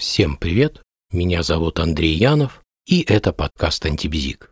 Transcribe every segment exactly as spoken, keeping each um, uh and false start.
Всем привет, меня зовут Андрей Янов, и это подкаст «Антибзик».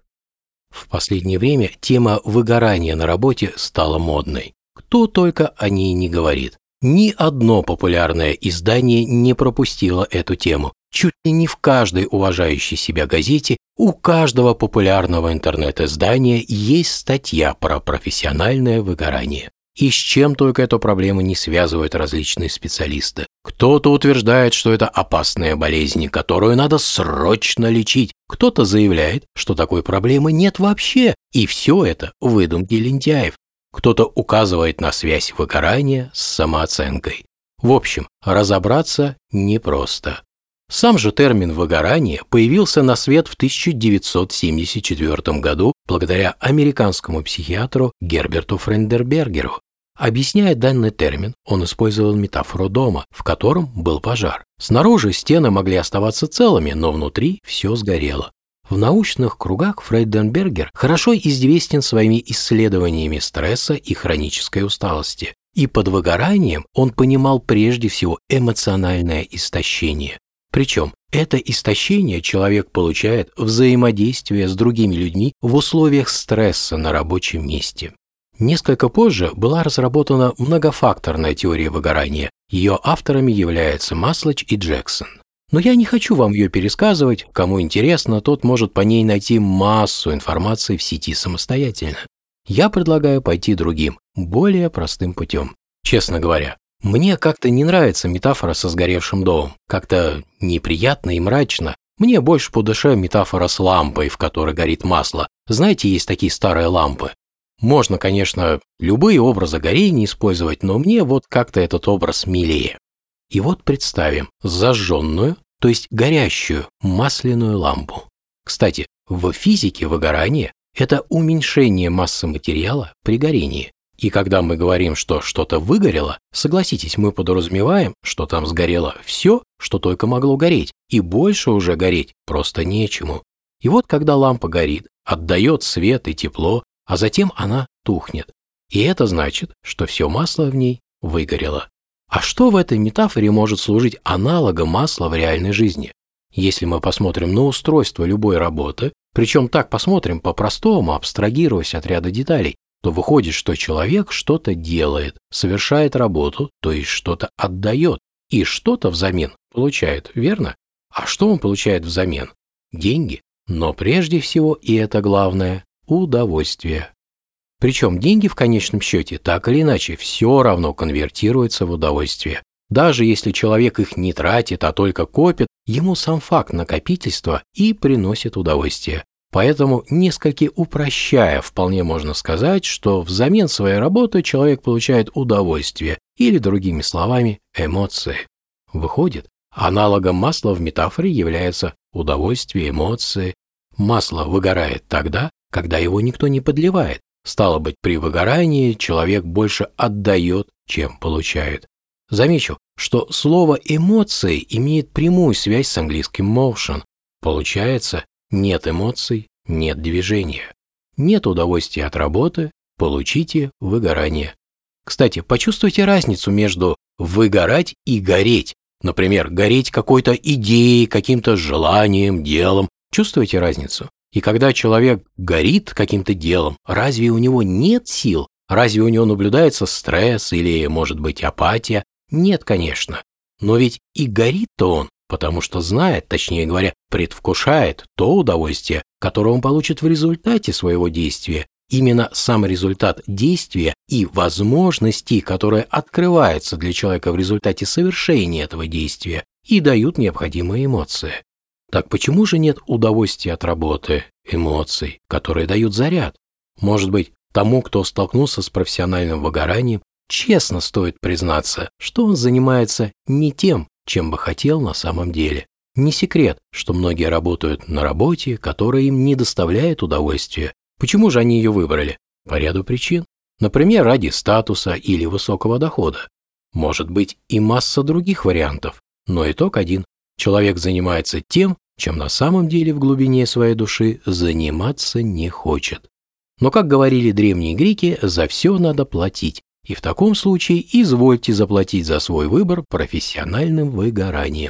В последнее время тема выгорания на работе стала модной. Кто только о ней не говорит. Ни одно популярное издание не пропустило эту тему. Чуть ли не в каждой уважающей себя газете, у каждого популярного интернет-издания есть статья про профессиональное выгорание. И с чем только эту проблему не связывают различные специалисты. Кто-то утверждает, что это опасная болезнь, которую надо срочно лечить. Кто-то заявляет, что такой проблемы нет вообще, и все это выдумки лентяев. Кто-то указывает на связь выгорания с самооценкой. В общем, разобраться непросто. Сам же термин «выгорание» появился на свет в тысяча девятьсот семьдесят четвёртом году благодаря американскому психиатру Герберту Фрейденбергеру. Объясняя данный термин, он использовал метафору дома, в котором был пожар. Снаружи стены могли оставаться целыми, но внутри все сгорело. В научных кругах Фрейденбергер хорошо известен своими исследованиями стресса и хронической усталости. И под выгоранием он понимал прежде всего эмоциональное истощение. Причем это истощение человек получает взаимодействие с другими людьми в условиях стресса на рабочем месте. Несколько позже была разработана многофакторная теория выгорания. Ее авторами являются Маслоч и Джексон. Но я не хочу вам ее пересказывать. Кому интересно, тот может по ней найти массу информации в сети самостоятельно. Я предлагаю пойти другим, более простым путем. Честно говоря, мне как-то не нравится метафора со сгоревшим домом. Как-то неприятно и мрачно. Мне больше по душе метафора с лампой, в которой горит масло. Знаете, есть такие старые лампы. Можно, конечно, любые образы горения использовать, но мне вот как-то этот образ милее. И вот представим зажженную, то есть горящую масляную лампу. Кстати, в физике выгорание – это уменьшение массы материала при горении. И когда мы говорим, что что-то выгорело, согласитесь, мы подразумеваем, что там сгорело все, что только могло гореть, и больше уже гореть просто нечему. И вот когда лампа горит, отдает свет и тепло, а затем она тухнет. И это значит, что все масло в ней выгорело. А что в этой метафоре может служить аналогом масла в реальной жизни? Если мы посмотрим на устройство любой работы, причем так посмотрим по-простому, абстрагируясь от ряда деталей, то выходит, что человек что-то делает, совершает работу, то есть что-то отдает, и что-то взамен получает, верно? А что он получает взамен? Деньги. Но прежде всего, и это главное, удовольствие. Причем деньги в конечном счете так или иначе все равно конвертируются в удовольствие. Даже если человек их не тратит, а только копит, ему сам факт накопительства и приносит удовольствие. Поэтому, несколько упрощая, вполне можно сказать, что взамен своей работы человек получает удовольствие, или, другими словами, эмоции. Выходит, аналогом масла в метафоре является удовольствие, эмоции. Масло выгорает тогда, когда его никто не подливает. Стало быть, при выгорании человек больше отдает, чем получает. Замечу, что слово «эмоции» имеет прямую связь с английским motion. Получается, нет эмоций, нет движения. Нет удовольствия от работы, получите выгорание. Кстати, почувствуйте разницу между выгорать и гореть. Например, гореть какой-то идеей, каким-то желанием, делом. Чувствуете разницу? И когда человек горит каким-то делом, разве у него нет сил? Разве у него наблюдается стресс или, может быть, апатия? Нет, конечно. Но ведь и горит-то он, потому что знает, точнее говоря, предвкушает то удовольствие, которое он получит в результате своего действия. Именно сам результат действия и возможности, которые открываются для человека в результате совершения этого действия, и дают необходимые эмоции. Так почему же нет удовольствия от работы, эмоций, которые дают заряд? Может быть, тому, кто столкнулся с профессиональным выгоранием, честно стоит признаться, что он занимается не тем, чем бы хотел на самом деле. Не секрет, что многие работают на работе, которая им не доставляет удовольствия. Почему же они ее выбрали? По ряду причин. Например, ради статуса или высокого дохода. Может быть и масса других вариантов, но итог один. Человек занимается тем, чем на самом деле в глубине своей души заниматься не хочет. Но, как говорили древние греки, за все надо платить. И в таком случае извольте заплатить за свой выбор профессиональным выгоранием.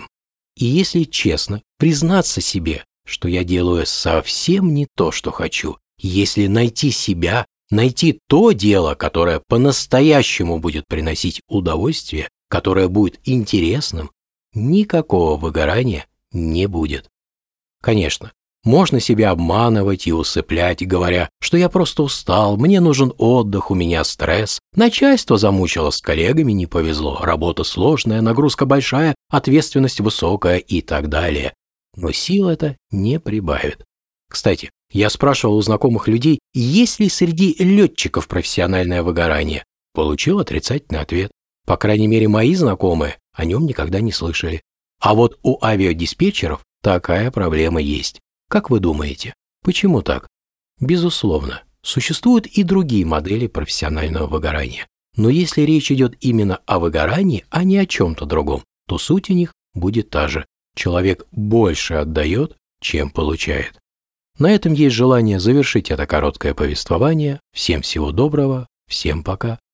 И если честно, признаться себе, что я делаю совсем не то, что хочу, если найти себя, найти то дело, которое по-настоящему будет приносить удовольствие, которое будет интересным, никакого выгорания не будет. Конечно, можно себя обманывать и усыплять, говоря, что я просто устал, мне нужен отдых, у меня стресс, начальство замучило, с коллегами не повезло, работа сложная, нагрузка большая, ответственность высокая и так далее. Но сил это не прибавит. Кстати, я спрашивал у знакомых людей, есть ли среди летчиков профессиональное выгорание. Получил отрицательный ответ. По крайней мере, мои знакомые о нем никогда не слышали. А вот у авиадиспетчеров такая проблема есть. Как вы думаете, почему так? Безусловно, существуют и другие модели профессионального выгорания. Но если речь идет именно о выгорании, а не о чем-то другом, то суть у них будет та же. Человек больше отдает, чем получает. На этом есть желание завершить это короткое повествование. Всем всего доброго, всем пока.